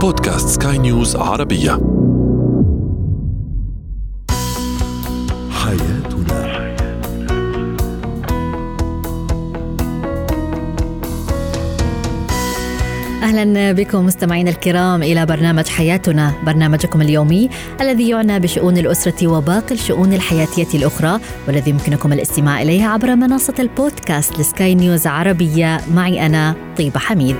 بودكاست سكاي نيوز عربية. حياتنا. أهلا بكم مستمعين الكرام إلى برنامج حياتنا، برنامجكم اليومي الذي يعنى بشؤون الأسرة وباقي الشؤون الحياتية الأخرى، والذي يمكنكم الاستماع إليه عبر منصة البودكاست لسكاي نيوز عربية. معي أنا طيبة حميد.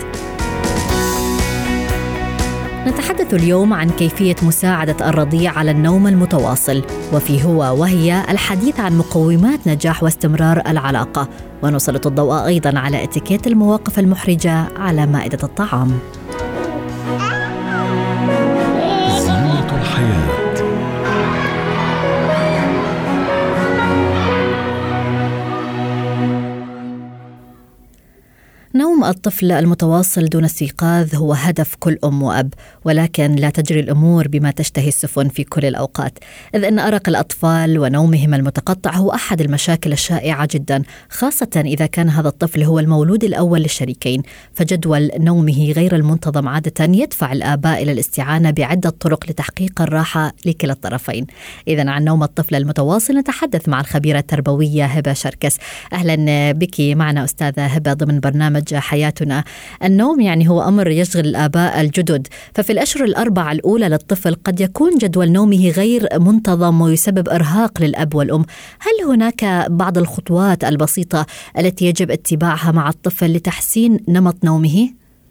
نتحدث اليوم عن كيفية مساعدة الرضيع على النوم المتواصل، وفي هو وهي الحديث عن مقومات نجاح واستمرار العلاقة، ونسلط الضوء أيضا على اتيكيت المواقف المحرجة على مائدة الطعام. زينة الحياة. نوم الطفل المتواصل دون استيقاظ هو هدف كل أم وأب، ولكن لا تجري الأمور بما تشتهي السفن في كل الأوقات، إذ أن أرق الأطفال ونومهم المتقطع هو أحد المشاكل الشائعة جدا، خاصة إذا كان هذا الطفل هو المولود الأول للشريكين، فجدول نومه غير المنتظم عادة يدفع الآباء إلى الاستعانة بعدة طرق لتحقيق الراحة لكلا الطرفين. إذن عن نوم الطفل المتواصل نتحدث مع الخبيرة التربوية هبة شركس. أهلا بك معنا أستاذة هبة ضمن برنامج حياتنا. النوم يعني هو أمر يشغل الآباء الجدد، ففي الأشهر الأربعة الأولى للطفل قد يكون جدول نومه غير منتظم ويسبب إرهاق للأب والأم. هل هناك بعض الخطوات البسيطة التي يجب اتباعها مع الطفل لتحسين نمط نومه؟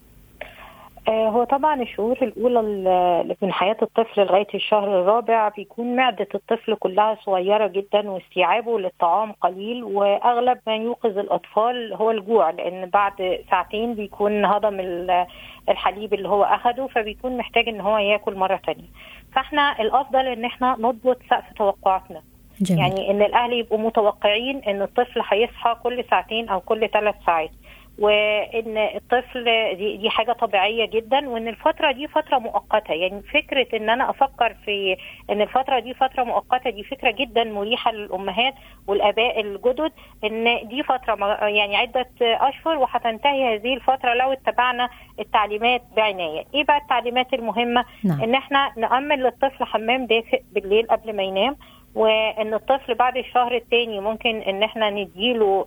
هو طبعا الشهور الأولى من حياة الطفل لغاية الشهر الرابع بيكون معدة الطفل كلها صغيرة جدا، واستيعابه للطعام قليل، وأغلب ما يوقظ الأطفال هو الجوع، لأن بعد ساعتين بيكون هضم الحليب اللي هو أخده، فبيكون محتاج إن هو يأكل مرة تانية. فإحنا الأفضل إن إحنا نضبط سقف توقعاتنا. جميل. يعني إن الأهل يبقوا متوقعين إن الطفل هيصحى كل ساعتين أو كل 3 ساعات، وإن الطفل دي حاجة طبيعية جدا، وإن الفترة دي فترة مؤقتة. يعني فكرة إن أنا أفكر في إن الفترة دي فترة مؤقتة دي فكرة جدا مريحة للأمهات والآباء الجدد، إن دي فترة يعني عدة أشهر وهتنتهي هذه الفترة لو اتبعنا التعليمات بعناية. إيه بقى التعليمات المهمة؟ إن إحنا نأمن للطفل حمام دافئ بالليل قبل ما ينام، وإن الطفل بعد الشهر الثاني ممكن إن إحنا نديله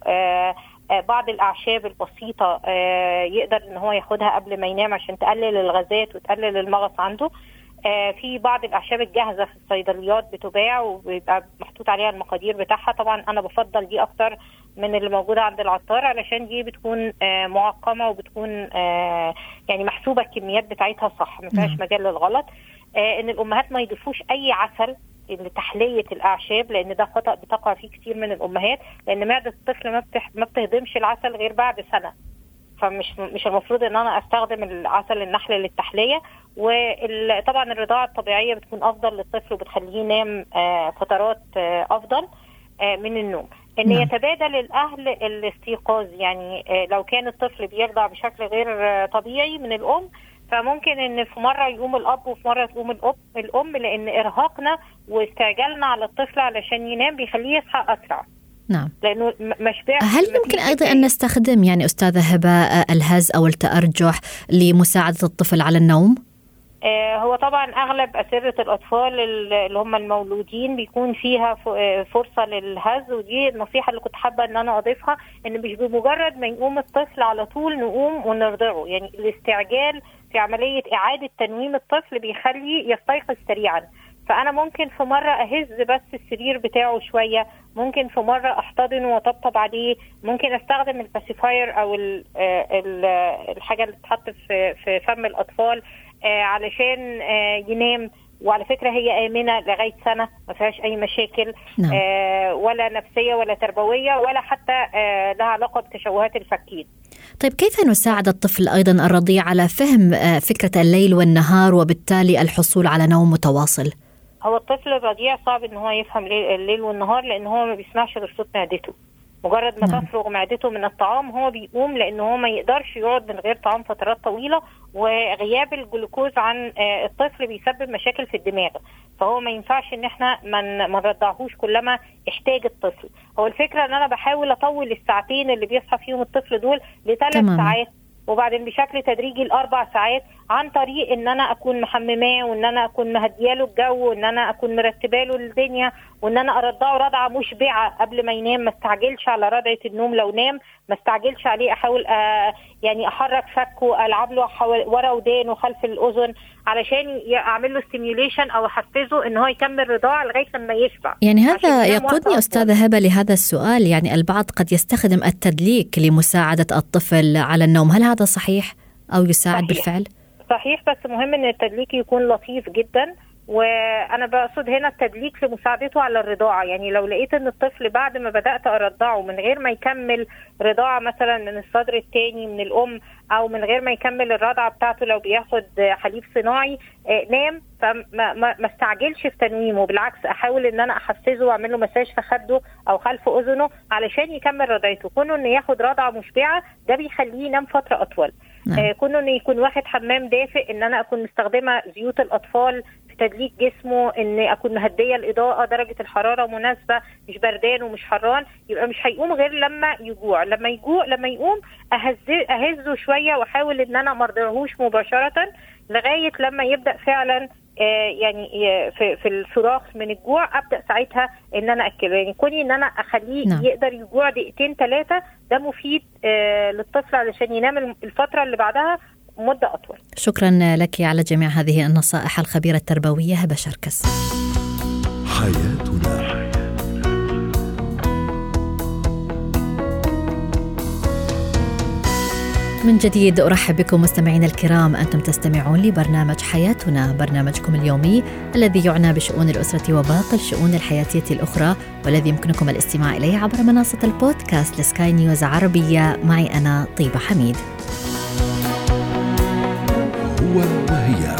بعض الأعشاب البسيطة يقدر إن هو ياخدها قبل ما ينام عشان تقلل الغازات وتقلل المغص عنده. في بعض الأعشاب الجاهزة في الصيدليات بتباع وبيبقى محطوط عليها المقادير بتاعها. طبعا أنا بفضل دي أكتر من اللي موجودة عند العطار، علشان دي بتكون معقمة وبتكون يعني محسوبة الكميات بتاعتها صح، ما فيهاش مجال للغلط. إن الأمهات ما يضيفوش أي عسل لتحلية الأعشاب، لأن ده خطأ بتقع فيه كتير من الأمهات، لأن معدة الطفل ما بتهضمش العسل غير بعد سنة، فمش المفروض ان انا استخدم العسل النحل للتحلية. وطبعا الرضاعة الطبيعية بتكون افضل للطفل وبتخليه ينام فترات افضل من النوم. ان يتبادل الاهل الاستيقاظ، يعني لو كان الطفل بيرضع بشكل غير طبيعي من الام، فممكن ان في مرة يقوم الاب وفي مرة تقوم الام، لان ارهاقنا واستعجالنا على الطفل علشان ينام بيخليه يصحى اسرع. نعم. لأنه مشبع. هل ممكن أيضا أن نستخدم يعني أستاذة هبة الهز أو التأرجح لمساعدة الطفل على النوم؟ هو طبعا أغلب أسرة الأطفال اللي هم المولودين بيكون فيها فرصة للهز، ودي النصيحة اللي كنت حابة أن أنا أضيفها، إن مش بمجرد ما يقوم الطفل على طول نقوم ونرضعه. يعني الاستعجال في عملية إعادة تنويم الطفل بيخليه يستيقظ سريعا. فأنا ممكن في مرة أهز بس السرير بتاعه شوية، ممكن في مرة أحتضنه وطبطب عليه، ممكن أستخدم الباسيفاير أو الحاجة اللي تتحط في فم الأطفال علشان ينام. وعلى فكرة هي آمنة لغاية سنة، ما فيهاش أي مشاكل. نعم. ولا نفسية ولا تربوية ولا حتى لها علاقة بتشوهات الفكين. طيب كيف نساعد الطفل أيضا الرضيع على فهم فكرة الليل والنهار وبالتالي الحصول على نوم متواصل؟ هو الطفل الرضيع صعب ان هو يفهم الليل والنهار، لان هو ما بيسمعش غير صوت معدته. مجرد ما تفرغ معدته من الطعام هو بيقوم، لان هو ما يقدرش يقعد من غير طعام فترات طويلة، وغياب الجلوكوز عن الطفل بيسبب مشاكل في الدماغ، فهو ما ينفعش ان احنا ما نرضعهوش كلما احتاج الطفل. هو الفكرة ان انا بحاول اطول الساعتين اللي بيصحى فيهم الطفل دول ل3 ساعات وبعدين بشكل تدريجي ل4 ساعات، عن طريق ان انا اكون محمماه، وان انا اكون مهدياله الجو، وان انا اكون مرتباله الدنيا، وان انا ارضعه رضعه مشبعه قبل ما ينام. ما استعجلش على رضعه النوم، لو نام ما استعجلش عليه، احاول يعني احرك فكه، العب له ورا ودانه خلف الاذن علشان اعمل له ستيميوليشن او احفزه ان هو يكمل رضاعه لغايه لما يشبع. يعني هذا يقودني استاذه هبه لهذا السؤال، يعني البعض قد يستخدم التدليك لمساعده الطفل على النوم، هل هذا صحيح او يساعد؟ صحيح. بالفعل صحيح، بس مهم ان التدليك يكون لطيف جدا، وانا بقصد هنا التدليك لمساعدته على الرضاعه. يعني لو لقيت ان الطفل بعد ما بدات ارضعه من غير ما يكمل رضاعه مثلا من الصدر الثاني من الام، او من غير ما يكمل الرضعه بتاعته لو بياخد حليب صناعي نام، فما استعجلش في تنويمه، بالعكس احاول ان انا احفزه واعمل له مساج في خده او خلف اذنه علشان يكمل رضعته. كونه انه ياخد رضعه مشبعه ده بيخليه ينام فتره اطول. كونه انه يكون واخد حمام دافئ، ان انا اكون مستخدمه زيوت الاطفال في تدليك جسمه، ان اكون مهديه الاضاءه، درجه الحراره مناسبه، مش بردان ومش حران، يبقى مش هيقوم غير لما يجوع. لما يقوم اهزه شويه، واحاول ان انا ما ارضعهوش مباشره لغايه لما يبدا فعلا يعني في الصراخ من الجوع، ابدا ساعتها ان انا اكله. يعني كوني ان انا اخليه يقدر يجوع 2-3 ده مفيد للطفل علشان ينام الفتره اللي بعدها مده اطول. شكرا لك على جميع هذه النصائح الخبيره التربويه هبه شركس. حياتنا. من جديد أرحب بكم مستمعين الكرام، أنتم تستمعون لبرنامج حياتنا، برنامجكم اليومي الذي يعنى بشؤون الأسرة وباقي الشؤون الحياتية الأخرى، والذي يمكنكم الاستماع إليه عبر منصة البودكاست لسكاي نيوز عربية. معي أنا طيبة حميد. هو وهي.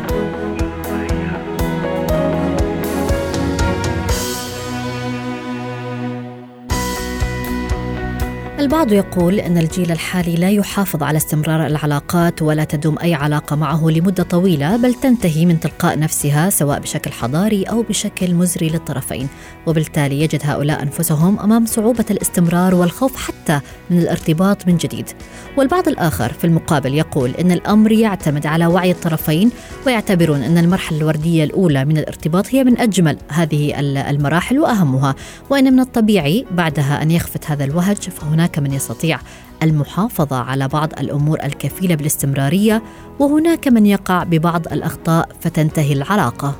البعض يقول أن الجيل الحالي لا يحافظ على استمرار العلاقات، ولا تدوم أي علاقة معه لمدة طويلة، بل تنتهي من تلقاء نفسها سواء بشكل حضاري أو بشكل مزري للطرفين، وبالتالي يجد هؤلاء أنفسهم أمام صعوبة الاستمرار والخوف حتى من الارتباط من جديد. والبعض الآخر في المقابل يقول أن الأمر يعتمد على وعي الطرفين، ويعتبرون أن المرحلة الوردية الأولى من الارتباط هي من أجمل هذه المراحل وأهمها، وأن من الطبيعي بعدها أن يخفت هذا الوهج. فهناك من يستطيع المحافظة على بعض الأمور الكفيلة بالاستمرارية، وهناك من يقع ببعض الأخطاء فتنتهي العلاقة.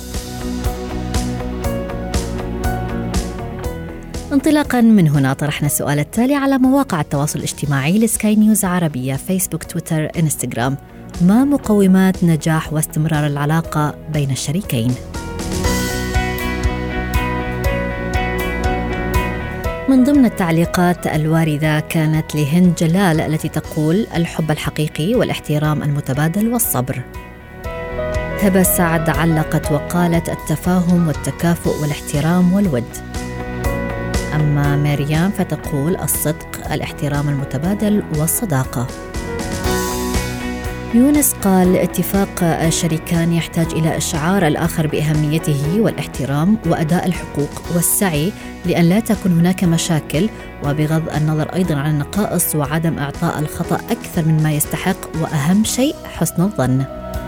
انطلاقا من هنا طرحنا السؤال التالي على مواقع التواصل الاجتماعي لسكاي نيوز عربية، فيسبوك، تويتر، انستغرام: ما مقومات نجاح واستمرار العلاقة بين الشريكين؟ من ضمن التعليقات الواردة كانت لهند جلال التي تقول: الحب الحقيقي والاحترام المتبادل والصبر. هبة سعد علقت وقالت: التفاهم والتكافؤ والاحترام والود. أما مريم فتقول: الصدق، الاحترام المتبادل والصداقة. يونس قال: اتفاق الشريكان يحتاج إلى إشعار الآخر بأهميته والاحترام وأداء الحقوق والسعي لأن لا تكون هناك مشاكل، وبغض النظر أيضا عن النقائص وعدم إعطاء الخطأ أكثر مما يستحق، وأهم شيء حسن الظن.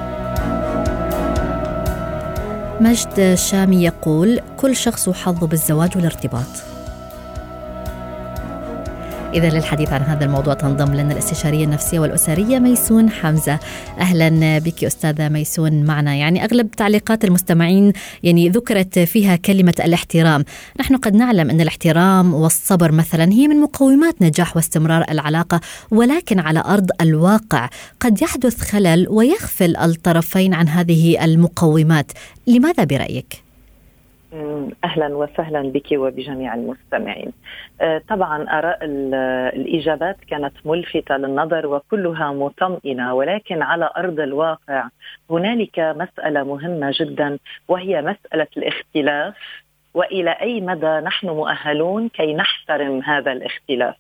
مجد شامي يقول: كل شخص وحظه بالزواج والارتباط. إذا للحديث عن هذا الموضوع تنضم لنا الاستشارية النفسية والأسرية ميسون حمزة. أهلا بك أستاذة ميسون معنا. يعني أغلب تعليقات المستمعين يعني ذكرت فيها كلمة الاحترام. نحن قد نعلم أن الاحترام والصبر مثلا هي من مقومات نجاح واستمرار العلاقة، ولكن على أرض الواقع قد يحدث خلل ويغفل الطرفين عن هذه المقومات. لماذا برأيك؟ أهلا وسهلا بك وبجميع المستمعين. طبعا آراء الإجابات كانت ملفتة للنظر وكلها مطمئنة، ولكن على أرض الواقع هنالك مسألة مهمة جدا، وهي مسألة الاختلاف، وإلى أي مدى نحن مؤهلون كي نحترم هذا الاختلاف.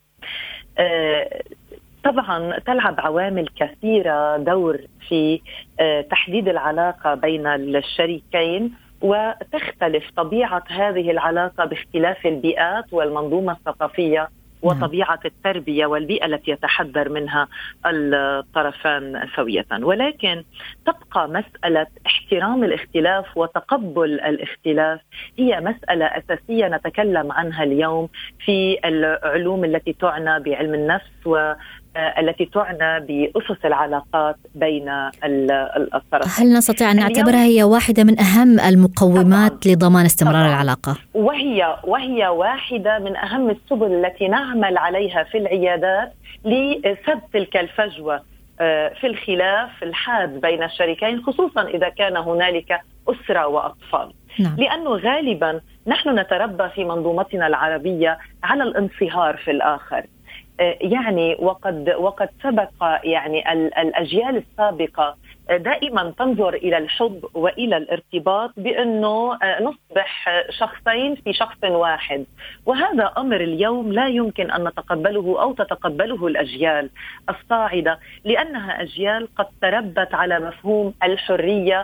طبعا تلعب عوامل كثيرة دور في تحديد العلاقة بين الشريكين، وتختلف طبيعة هذه العلاقة باختلاف البيئات والمنظومة الثقافية وطبيعة التربية والبيئة التي يتحدر منها الطرفان سوية. ولكن تبقى مسألة احترام الاختلاف وتقبل الاختلاف هي مسألة أساسية نتكلم عنها اليوم في العلوم التي تعنى بعلم النفس والتي تعنى بأسس العلاقات بين الطرفين. هل نستطيع أن نعتبرها هي واحدة من أهم المقومات لضمان استمرار العلاقة؟ وهي واحدة من أهم السبل التي نعمل عليها في العيادات لسد تلك الفجوة في الخلاف الحاد بين الشريكين، خصوصا إذا كان هنالك أسرة وأطفال. نعم. لأنه غالبا نحن نتربى في منظومتنا العربية على الانصهار في الآخر، يعني وقد سبق يعني الأجيال السابقة دائما تنظر إلى الحب وإلى الارتباط بأنه نصبح شخصين في شخص واحد، وهذا أمر اليوم لا يمكن أن نتقبله أو تتقبله الأجيال الصاعدة، لأنها أجيال قد تربت على مفهوم الحرية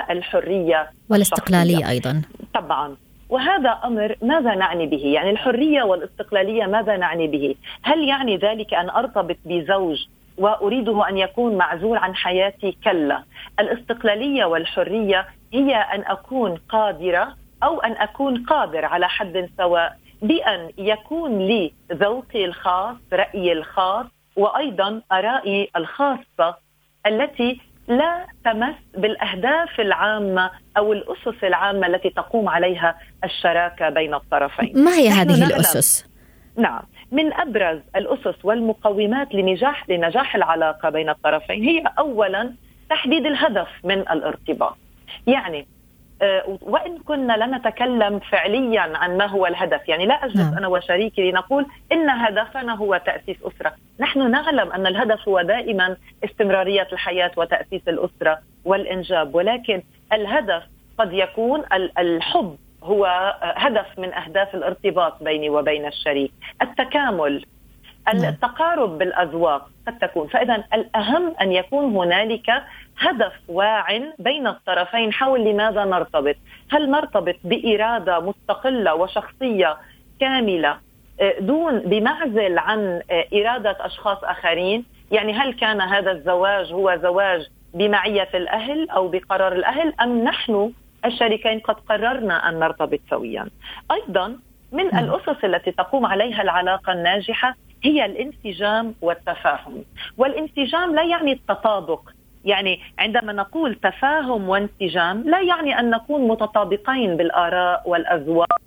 والاستقلالية أيضا. طبعا. وهذا أمر ماذا نعني به؟ يعني الحرية والاستقلالية ماذا نعني به؟ هل يعني ذلك أن أرتبط بزوج وأريده أن يكون معزول عن حياتي؟ كلا. الاستقلالية والحرية هي أن أكون قادرة أو أن أكون قادر على حد سواء بأن يكون لي ذوقي الخاص، رأيي الخاص، وأيضا آرائي الخاصة التي لا تمس بالأهداف العامة أو الأسس العامة التي تقوم عليها الشراكة بين الطرفين. ما هي هذه الأسس؟ نعم، من أبرز الأسس والمقومات لنجاح العلاقة بين الطرفين هي أولا تحديد الهدف من الارتباط. يعني وإن كنا لا نتكلم فعليا عن ما هو الهدف، يعني لا أجلس أنا وشريكي لنقول إن هدفنا هو تأسيس أسرة. نحن نعلم أن الهدف هو دائما استمرارية الحياة وتأسيس الأسرة والإنجاب، ولكن الهدف قد يكون الحب هو هدف من أهداف الارتباط بيني وبين الشريك، التكامل، التقارب بالأذواق قد تكون. فإذا الأهم أن يكون هنالك هدف واع بين الطرفين حول لماذا نرتبط. هل نرتبط بإرادة مستقلة وشخصية كاملة دون بمعزل عن إرادة أشخاص آخرين؟ يعني هل كان هذا الزواج هو زواج بمعية الأهل أو بقرار الأهل، أم نحن الشريكين قد قررنا أن نرتبط سويا؟ أيضا من الأسس التي تقوم عليها العلاقة الناجحة هي الانسجام والتفاهم. والانسجام لا يعني التطابق، يعني عندما نقول تفاهم وانسجام لا يعني أن نكون متطابقين بالآراء والأذواق،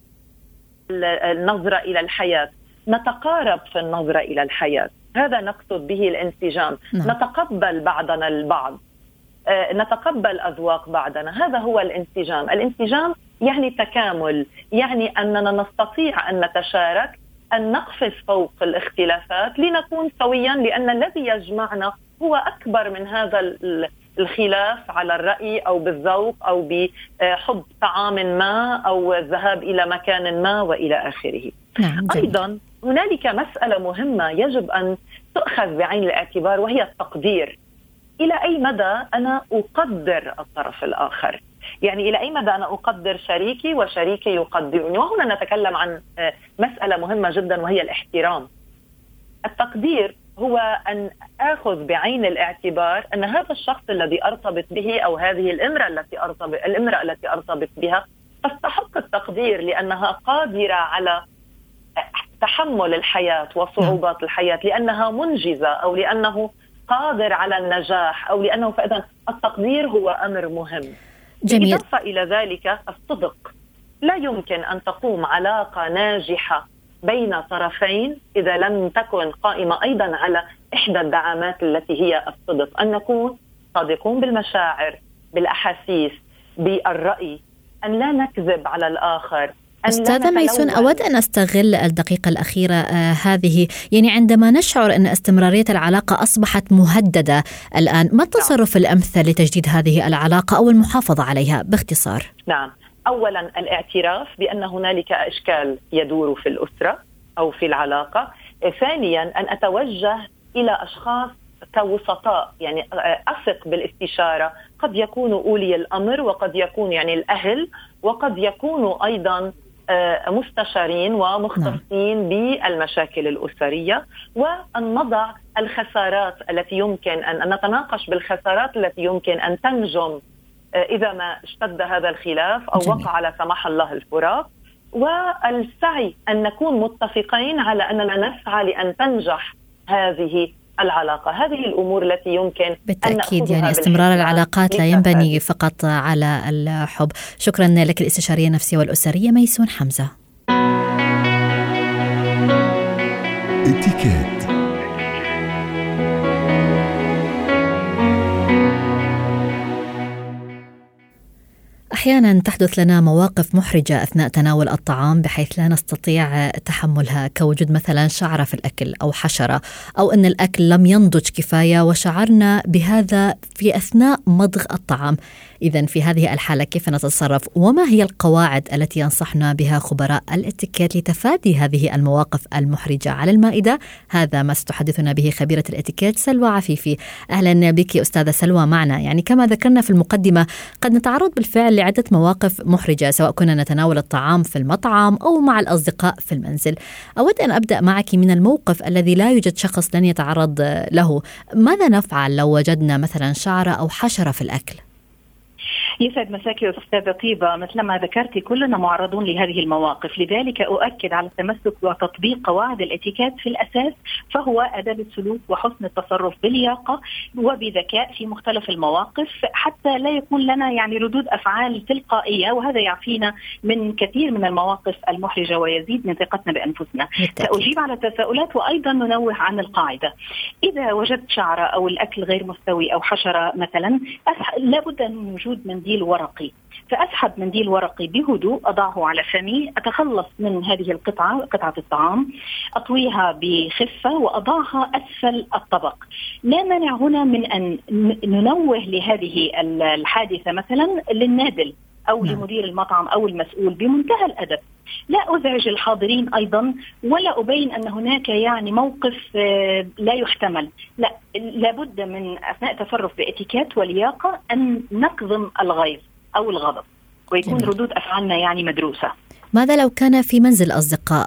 النظرة إلى الحياة، نتقارب في النظرة إلى الحياة، هذا نقصد به الانسجام. نتقبل بعضنا البعض، نتقبل أذواق بعضنا، هذا هو الانسجام. الانسجام يعني تكامل، يعني أننا نستطيع أن نتشارك، أن نقفز فوق الاختلافات لنكون سويا، لأن الذي يجمعنا هو أكبر من هذا الخلاف على الرأي أو بالذوق أو بحب طعام ما أو الذهاب إلى مكان ما وإلى آخره. أيضا هنالك مسألة مهمة يجب أن تؤخذ بعين الاعتبار، وهي التقدير. إلى أي مدى أنا أقدر الطرف الآخر؟ يعني إلى أي مدى أنا أقدر شريكي وشريكي يقدرني؟ وهنا نتكلم عن مسألة مهمة جدا وهي الاحترام. التقدير هو أن أخذ بعين الاعتبار أن هذا الشخص الذي أرتبط به أو هذه الامرأة التي أرتبط بها تستحق التقدير، لأنها قادرة على تحمل الحياة وصعوبات الحياة، لأنها منجزة أو لأنه قادر على النجاح أو لأنه، فإذا التقدير هو أمر مهم. جميل. بالإضافة إلى ذلك الصدق. لا يمكن أن تقوم علاقة ناجحة بين طرفين إذا لم تكن قائمة أيضا على إحدى الدعامات التي هي الصدق، أن نكون صادقون بالمشاعر، بالأحاسيس، بالرأي، أن لا نكذب على الآخر. أستاذة ميسون، أود أن أستغل الدقيقة الأخيرة هذه، يعني عندما نشعر أن استمرارية العلاقة أصبحت مهددة الآن، ما التصرف الأمثل لتجديد هذه العلاقة أو المحافظة عليها باختصار؟ نعم، أولا الاعتراف بأن هنالك إشكال يدور في الأسرة أو في العلاقة. ثانيا أن أتوجه إلى أشخاص كوسطاء، يعني أثق بالاستشارة، قد يكونوا أولي الأمر وقد يكون يعني الأهل، وقد يكونوا أيضا مستشارين ومختصين بالمشاكل الأسرية، وأن نضع الخسارات التي يمكن أن نتناقش بالخسارات التي يمكن أن تنجم إذا ما اشتد هذا الخلاف أو وقع لا سمح الله الفراق، والسعي أن نكون متفقين على أننا نسعى لأن تنجح هذه العلاقة. هذه الأمور التي يمكن بالتأكيد يعني استمرار العلاقات لا ينبني فقط على الحب. شكرا لك الاستشارية النفسية والأسرية ميسون حمزة. اتيكيت. أحيانا تحدث لنا مواقف محرجة أثناء تناول الطعام بحيث لا نستطيع تحملها، كوجود مثلا شعرة في الأكل أو حشرة، أو أن الأكل لم ينضج كفاية وشعرنا بهذا في أثناء مضغ الطعام. إذن في هذه الحالة كيف نتصرف؟ وما هي القواعد التي ينصحنا بها خبراء الاتيكيت لتفادي هذه المواقف المحرجة على المائدة؟ هذا ما ستحدثنا به خبيرة الاتيكيت سلوى عفيفي. أهلا بك أستاذة سلوى معنا. يعني كما ذكرنا في المقدمة قد نتعرض بالفعل لعدة مواقف محرجة سواء كنا نتناول الطعام في المطعم أو مع الأصدقاء في المنزل. أود أن أبدأ معك من الموقف الذي لا يوجد شخص لن يتعرض له. ماذا نفعل لو وجدنا مثلا شعرة أو حشرة في الأكل؟ يسعد مساكي أستاذة طيبة. مثلما ذكرتي كلنا معرضون لهذه المواقف، لذلك أؤكد على التمسك وتطبيق قواعد الاتيكيت في الأساس، فهو آداب السلوك وحسن التصرف بلياقة وبذكاء في مختلف المواقف حتى لا يكون لنا يعني ردود أفعال تلقائية، وهذا يعفينا من كثير من المواقف المحرجة ويزيد من ثقتنا بأنفسنا. سأجيب على التساؤلات وأيضا ننوه عن القاعدة. إذا وجدت شعرة أو الأكل غير مستوي أو حشرة مثلا، لابد من وجود منديل ورقي، فأسحب منديل ورقي بهدوء، أضعه على فمي، أتخلص من هذه قطعة الطعام، أطويها بخفة وأضعها أسفل الطبق. لا مانع هنا من أن ننوه لهذه الحادثة مثلا للنادل أو لمدير المطعم أو المسؤول بمنتهى الأدب، لا أزعج الحاضرين أيضا ولا أبين أن هناك يعني موقف لا يحتمل. لا، لابد من أثناء تصرف بإتيكيت ولياقة أن نكظم الغيظ أو الغضب ويكون ردود أفعالنا يعني مدروسة. ماذا لو كان في منزل أصدقاء؟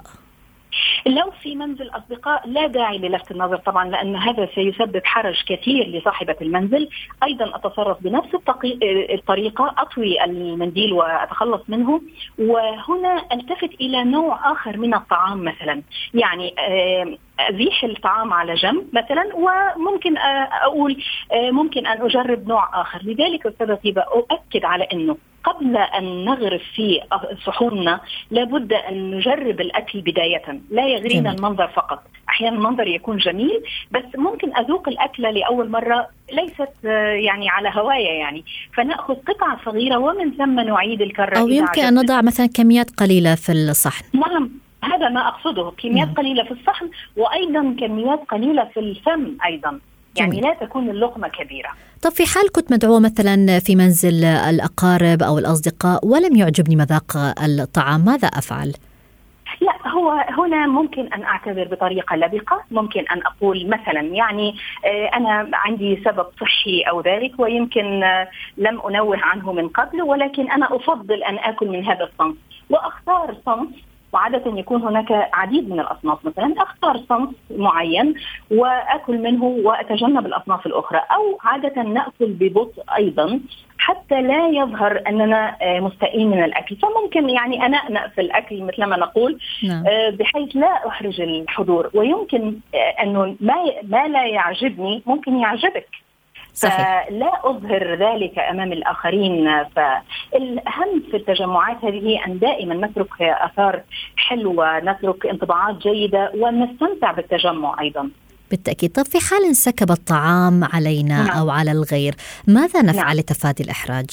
لو في منزل أصدقاء لا داعي للفت النظر طبعا، لأن هذا سيسبب حرج كثير لصاحبة المنزل. أيضا أتصرف بنفس الطريقة، أطوي المنديل وأتخلص منه، وهنا ألتفت إلى نوع آخر من الطعام مثلا، يعني أزيح الطعام على جنب مثلا، وممكن أقول ممكن أن أجرب نوع آخر. لذلك أستاذة طيبة أؤكد على أنه قبل أن نغرف في سحورنا لابد أن نجرب الأكل بداية، لا يغرينا المنظر فقط. أحيانا المنظر يكون جميل بس ممكن أذوق الأكلة لأول مرة ليست يعني على هواية يعني، فنأخذ قطعة صغيرة ومن ثم نعيد الكرة. أو يمكن أن نضع مثلا كميات قليلة في الصحن. نعم، هذا ما أقصده، كميات قليلة في الصحن وأيضا كميات قليلة في الفم أيضا، يعني لا تكون اللقمة كبيرة. طب في حال كنت مدعوة مثلا في منزل الأقارب أو الأصدقاء ولم يعجبني مذاق الطعام، ماذا أفعل؟ لا، هو هنا ممكن أن أعتذر بطريقة لبقة. ممكن أن أقول مثلا يعني أنا عندي سبب صحي أو ذلك ويمكن لم أنوه عنه من قبل، ولكن أنا أفضل أن أكل من هذا الصنف وأختار صنف، وعادة يكون هناك عديد من الأصناف، مثلا أختار صنف معين وأكل منه وأتجنب الأصناف الأخرى، أو عادة نأكل ببطء أيضا حتى لا يظهر أننا مستائين من الأكل. فممكن يعني أنا في الأكل مثل ما نقول بحيث لا أحرج الحضور، ويمكن أنه ما لا يعجبني ممكن يعجبك. صحيح. فلا أظهر ذلك أمام الآخرين. فالأهم في التجمعات هذه أن دائما نترك آثار حلوة، نترك انطباعات جيدة ونستمتع بالتجمع أيضا. بالتأكيد. طب في حال انسكب الطعام علينا أو على الغير، ماذا نفعل لتفادي الإحراج؟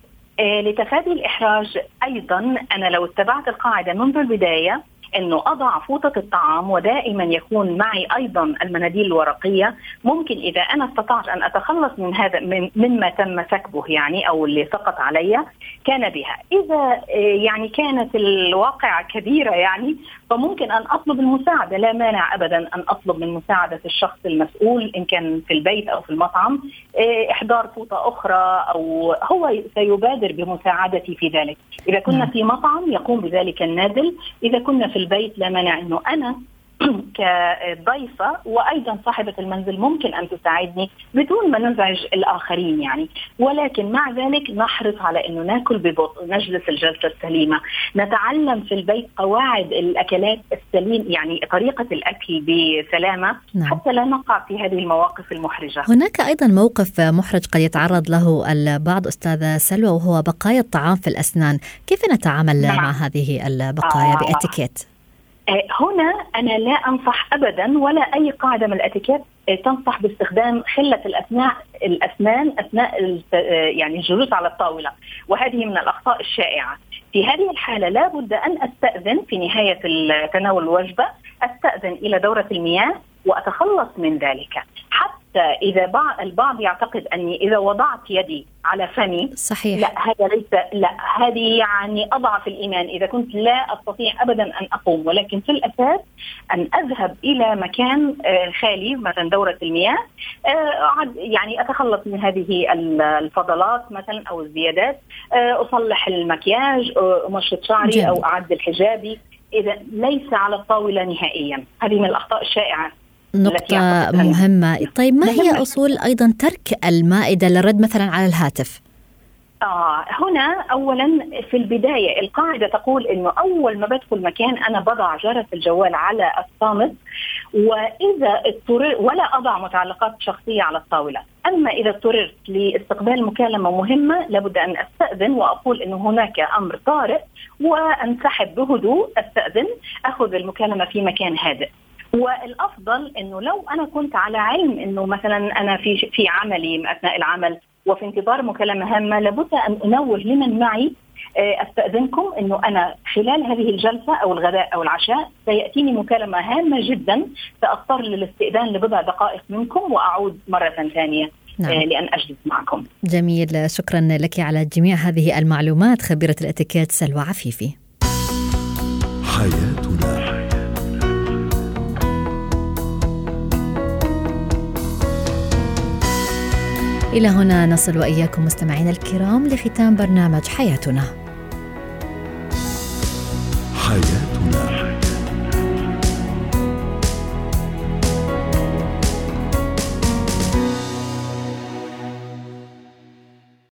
لتفادي الإحراج أيضا أنا لو اتبعت القاعدة منذ البداية أنه أضع فوطة الطعام ودائما يكون معي أيضا المناديل الورقية، ممكن إذا أنا استطعت أن أتخلص من هذا مما تم سكبه يعني أو اللي سقط علي كان بها. إذا يعني كانت الواقعة كبيرة يعني فممكن أن أطلب المساعدة، لا مانع أبدا أن أطلب من مساعدة الشخص المسؤول إن كان في البيت أو في المطعم إحضار فوطة أخرى، أو هو سيبادر بمساعدتي في ذلك. إذا كنا في مطعم يقوم بذلك النازل، إذا كنا في البيت لا مانع أنه أنا كضيفة وأيضا صاحبة المنزل ممكن أن تساعدني بدون ما نزعج الآخرين يعني. ولكن مع ذلك نحرص على أنه ناكل ببطء، نجلس الجلسة السليمة، نتعلم في البيت قواعد الأكلات السليم، يعني طريقة الأكل بسلامة. نعم. حتى لا نقع في هذه المواقف المحرجة. هناك أيضا موقف محرج قد يتعرض له البعض أستاذة سلوى، وهو بقايا الطعام في الأسنان. كيف نتعامل مع هذه البقايا بإتيكيت؟ هنا أنا لا أنصح أبدا، ولا أي قاعدة من الأتيكيت تنصح باستخدام خلة الأسنان أثناء يعني الجلوس على الطاولة، وهذه من الأخطاء الشائعة. في هذه الحالة لا بد أن أستأذن في نهاية تناول الوجبة، أستأذن إلى دورة المياه وأتخلص من ذلك. حتى إذا البعض يعتقد أني إذا وضعت يدي على فمي صحيح، لا هذا ليس، لا هذه يعني أضعف الإيمان إذا كنت لا أستطيع أبدا أن أقوم. ولكن في الأساس أن أذهب إلى مكان خالي مثلا دورة المياه، يعني أتخلص من هذه الفضلات مثلا أو الزيادات، أصلح المكياج، أمشط شعري أو أعدل حجابي، إذا ليس على الطاولة نهائيا. هذه من الأخطاء الشائعة. نقطة مهمة. طيب ما هي أصول أيضا ترك المائدة للرد مثلا على الهاتف؟ هنا أولا في البداية القاعدة تقول إنه أول ما بدخل مكان أنا بضع جرس الجوال على الصامت، وإذا اضطررت ولا أضع متعلقات شخصية على الطاولة. أما إذا اضطررت لاستقبال مكالمة مهمة لابد أن أستأذن وأقول إنه هناك أمر طارئ وأنسحب بهدوء، أستأذن، أخذ المكالمة في مكان هادئ. والأفضل إنه لو أنا كنت على علم إنه مثلا أنا في عملي أثناء العمل وفي انتظار مكالمة هامة، لابد أن أنوه لمن معي أستأذنكم أنه أنا خلال هذه الجلسة أو الغداء أو العشاء سيأتيني مكالمة هامة جدا، سأضطر للاستئذان لبضع دقائق منكم وأعود مرة ثانية. نعم. لأن أجلس معكم. جميل، شكرا لك على جميع هذه المعلومات خبيرة الاتيكيت سلوى عفيفي. حياتنا. إلى هنا نصل وإياكم مستمعينا الكرام لختام برنامج حياتنا.